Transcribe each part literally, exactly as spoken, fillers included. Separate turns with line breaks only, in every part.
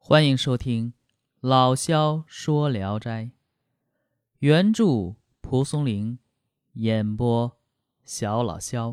欢迎收听老萧说聊斋，原著蒲松龄，演播小老萧。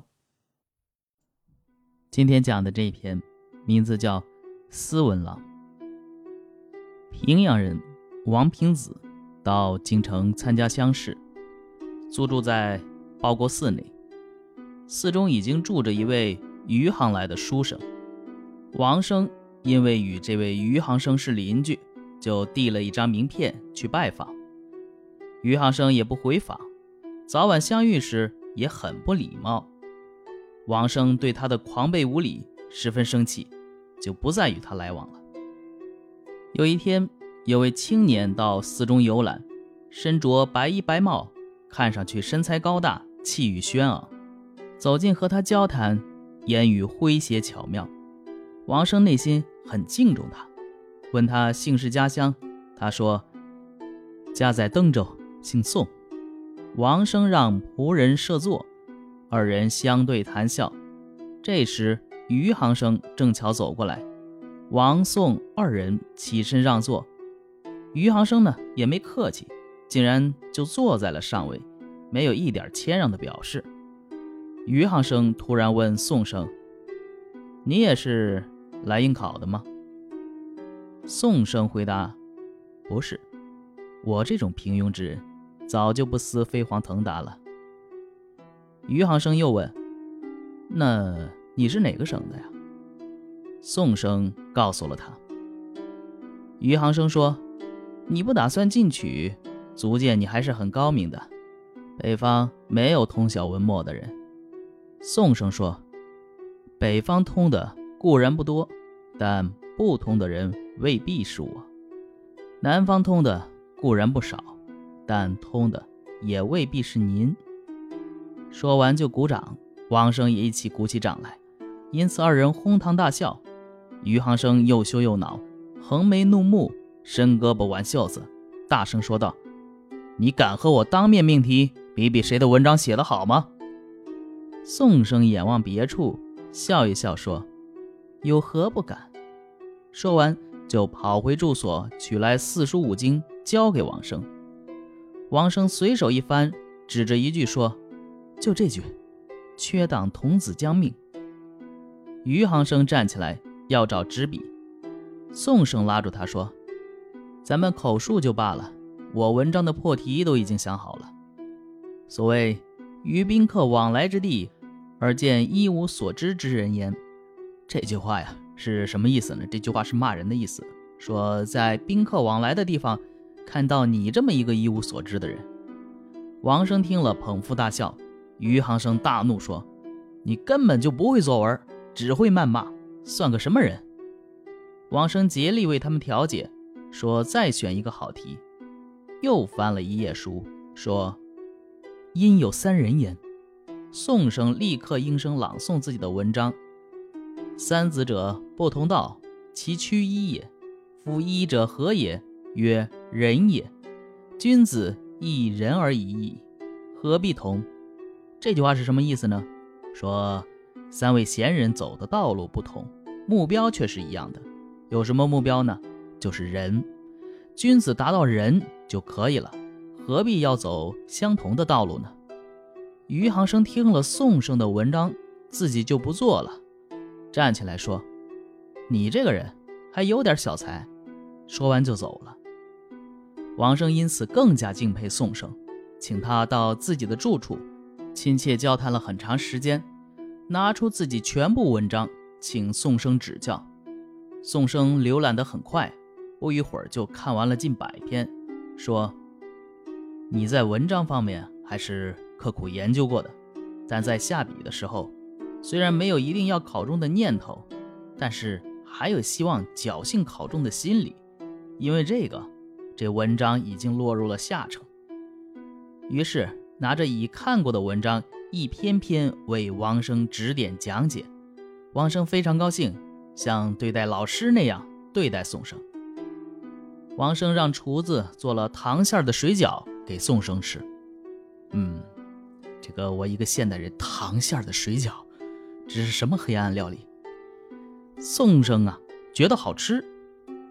今天讲的这篇名字叫斯文郎。平阳人王平子到京城参加乡试，租住在报国寺内。寺中已经住着一位余杭来的书生，王生因为与这位余杭生是邻居，就递了一张名片去拜访。余杭生也不回访，早晚相遇时也很不礼貌。王生对他的狂悖无礼十分生气，就不再与他来往了。有一天，有位青年到寺中游览，身着白衣白帽，看上去身材高大，气宇轩昂。走近和他交谈，言语诙谐巧妙。王生内心很敬重他，问他姓氏家乡，他说家在登州，姓宋。王生让仆人设座，二人相对谈笑。这时余杭生正巧走过来，王宋二人起身让座，余杭生呢也没客气，竟然就坐在了上位，没有一点谦让的表示。余杭生突然问宋生，你也是来应考的吗？宋生回答，不是，我这种平庸之人早就不思飞黄腾达了。余杭生又问，那你是哪个省的呀？宋生告诉了他。余杭生说，你不打算进取，足见你还是很高明的，北方没有通晓文墨的人。宋生说，北方通的固然不多，但不通的人未必是我。南方通的固然不少，但通的也未必是您。说完就鼓掌，王生也一起鼓起掌来，因此二人哄堂大笑。余杭生又羞又恼，横眉怒目，伸胳膊挽袖子，大声说道，你敢和我当面命题，比比谁的文章写得好吗？宋生眼望别处，笑一笑说，有何不敢。说完就跑回住所，取来四书五经交给王生。王生随手一翻，指着一句说，就这句，缺当童子将命。余杭生站起来要找纸笔，宋生拉住他说，咱们口述就罢了，我文章的破题都已经想好了。所谓于宾客往来之地，而见一无所知之人焉。这句话呀是什么意思呢？这句话是骂人的意思，说在宾客往来的地方看到你这么一个一无所知的人。王生听了捧腹大笑，余杭生大怒说，你根本就不会作文，只会谩骂，算个什么人？王生竭力为他们调解，说再选一个好题。又翻了一页书，说因有三人焉。宋生立刻应声朗诵自己的文章，三子者不同道，其趋一也。夫一者何也？曰仁也。君子亦仁而已矣，何必同？这句话是什么意思呢？说三位贤人走的道路不同，目标却是一样的。有什么目标呢？就是仁。君子达到仁就可以了，何必要走相同的道路呢？余杭生听了宋生的文章，自己就不做了，站起来说，你这个人还有点小才。说完就走了。王生因此更加敬佩宋生，请他到自己的住处，亲切交谈了很长时间，拿出自己全部文章请宋生指教。宋生浏览得很快，不一会儿就看完了近百篇，说，你在文章方面还是刻苦研究过的，但在下笔的时候，虽然没有一定要考中的念头，但是还有希望侥幸考中的心理，因为这个这文章已经落入了下乘。于是拿着已看过的文章一篇篇为王生指点讲解。王生非常高兴，像对待老师那样对待宋生。王生让厨子做了糖馅的水饺给宋生吃。嗯，这个我一个现代人，糖馅的水饺，这是什么黑暗料理？宋生啊觉得好吃，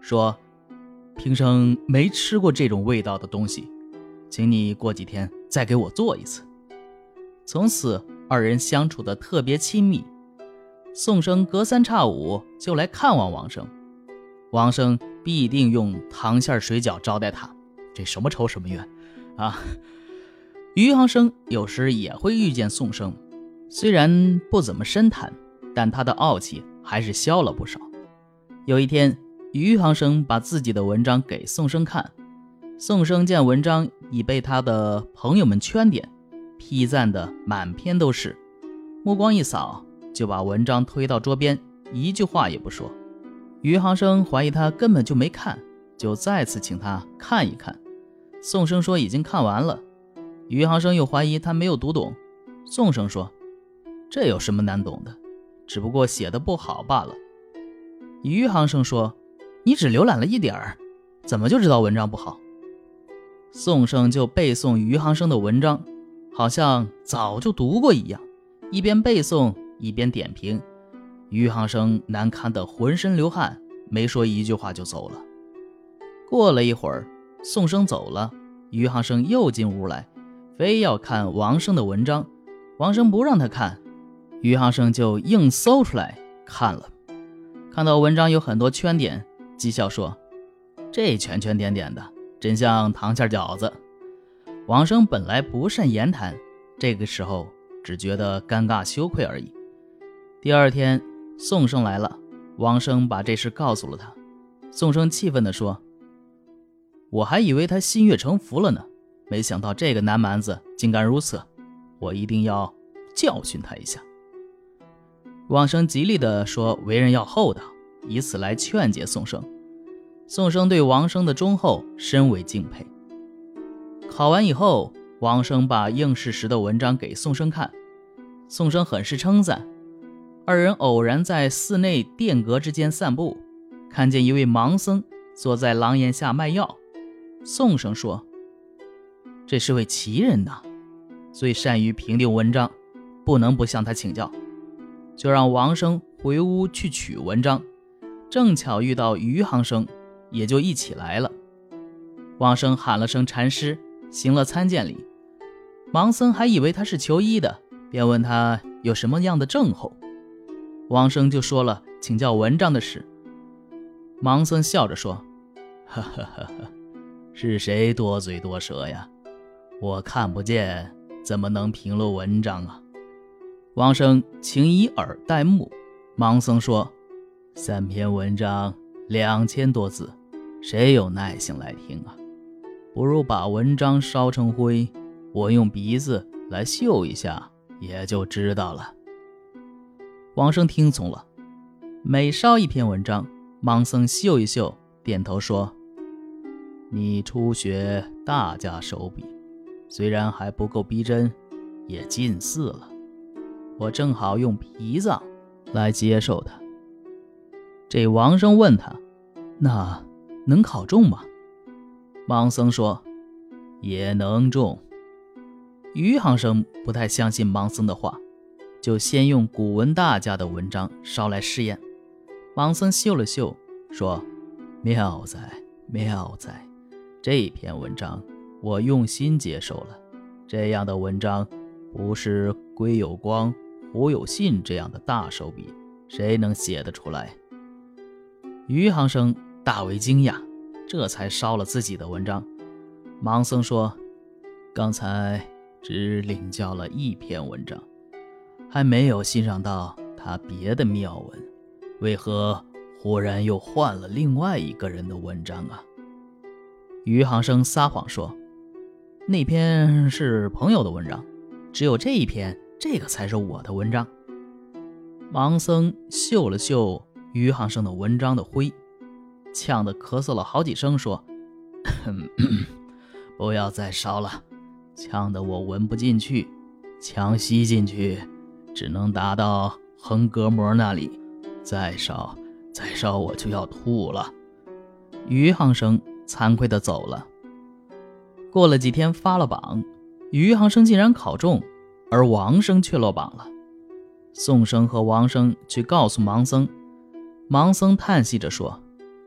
说平生没吃过这种味道的东西，请你过几天再给我做一次。从此二人相处得特别亲密。宋生隔三差五就来看望王生，王生必定用糖馅水饺招待他，这什么仇什么怨啊！余杭生有时也会遇见宋生，虽然不怎么深谈，但他的傲气还是消了不少。有一天，余杭生把自己的文章给宋生看，宋生见文章已被他的朋友们圈点，批赞的满篇都是，目光一扫就把文章推到桌边，一句话也不说。余杭生怀疑他根本就没看，就再次请他看一看。宋生说已经看完了。余杭生又怀疑他没有读懂，宋生说这有什么难懂的，只不过写得不好罢了。余杭生说你只浏览了一点儿，怎么就知道文章不好？宋生就背诵余杭生的文章，好像早就读过一样，一边背诵一边点评。余杭生难堪得浑身流汗，没说一句话就走了。过了一会儿，宋生走了，余杭生又进屋来，非要看王生的文章。王生不让他看，余杭生就硬搜出来看了。看到文章有很多圈点，讥笑说这圈圈点点的真像糖馅饺子。王生本来不善言谈，这个时候只觉得尴尬羞愧而已。第二天宋生来了，王生把这事告诉了他。宋生气愤地说我还以为他心悦诚服了呢，没想到这个男蛮子竟敢如此，我一定要教训他一下。王生极力地说为人要厚道，以此来劝解宋生。宋生对王生的忠厚深为敬佩。考完以后，王生把应试时的文章给宋生看，宋生很是称赞。二人偶然在寺内殿阁之间散步，看见一位盲僧坐在廊檐下卖药。宋生说这是位奇人呐，最善于评定文章，不能不向他请教。就让王生回屋去取文章，正巧遇到余杭生，也就一起来了。王生喊了声禅师，行了参见礼。盲僧还以为他是求医的，便问他有什么样的症候。王生就说了请教文章的事。盲僧笑着说哈哈哈哈，是谁多嘴多舌呀？我看不见，怎么能评论文章啊？王生请以耳代目。盲僧说三篇文章两千多字，谁有耐性来听啊？不如把文章烧成灰，我用鼻子来嗅一下也就知道了。王生听从了，每烧一篇文章，盲僧嗅一嗅，点头说你初学大家手笔，虽然还不够逼真，也近似了。我正好用脾脏来接受它。这王生问他那能考中吗？盲僧说也能中。余杭生不太相信盲僧的话，就先用古文大家的文章烧来试验。盲僧嗅了嗅，说妙哉妙哉，这篇文章我用心接受了，这样的文章不是归有光、胡有信这样的大手笔，谁能写得出来？余杭生大为惊讶，这才烧了自己的文章。盲僧说刚才只领教了一篇文章，还没有欣赏到他别的妙文，为何忽然又换了另外一个人的文章啊？余杭生撒谎说那篇是朋友的文章，只有这一篇，这个才是我的文章。盲僧嗅了嗅余杭生的文章的灰，呛得咳嗽了好几声，说不要再烧了，呛得我闻不进去，强吸进去只能达到横膈膜那里，再烧再烧我就要吐了。余杭生惭愧地走了。过了几天发了榜，余杭生竟然考中，而王生却落榜了。宋生和王生去告诉盲僧，盲僧叹息着说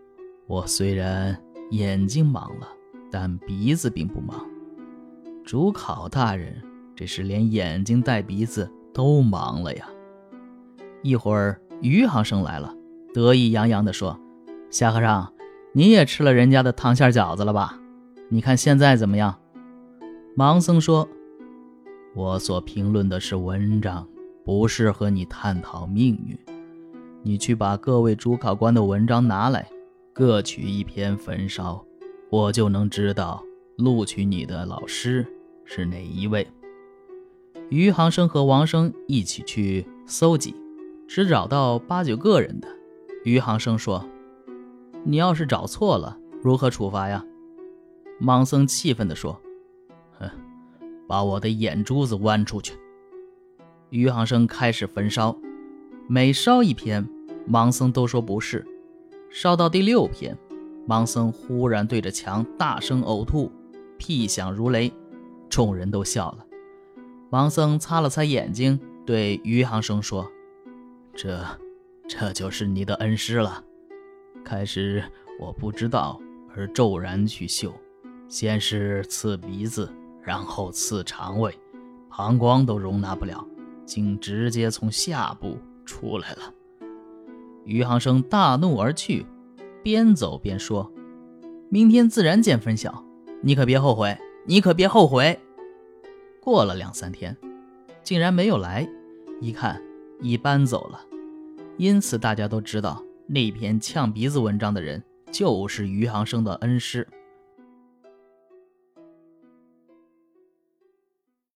我虽然眼睛盲了，但鼻子并不盲。主考大人这是连眼睛带鼻子都盲了呀。一会儿余杭生来了，得意洋洋地说：夏和尚，你也吃了人家的糖馅饺子了吧？你看现在怎么样？盲僧说：我所评论的是文章，不是和你探讨命运。你去把各位主考官的文章拿来，各取一篇焚烧，我就能知道录取你的老师是哪一位。余杭生和王生一起去搜集，只找到八九个人的。余杭生说：你要是找错了，如何处罚呀？盲僧气愤地说：哼，把我的眼珠子剜出去。余杭生开始焚烧，每烧一篇，盲僧都说不是。烧到第六篇，盲僧忽然对着墙大声呕吐，屁响如雷，众人都笑了。盲僧擦了擦眼睛，对余杭生说：这这就是你的恩师了。开始我不知道，而骤然去嗅，先是刺鼻子，然后刺肠胃，膀胱都容纳不了，竟直接从下部出来了。余杭生大怒而去，边走边说：明天自然见分晓，你可别后悔，你可别后悔。过了两三天，竟然没有来，一看已搬走了。因此大家都知道那篇呛鼻子文章的人就是余杭生的恩师。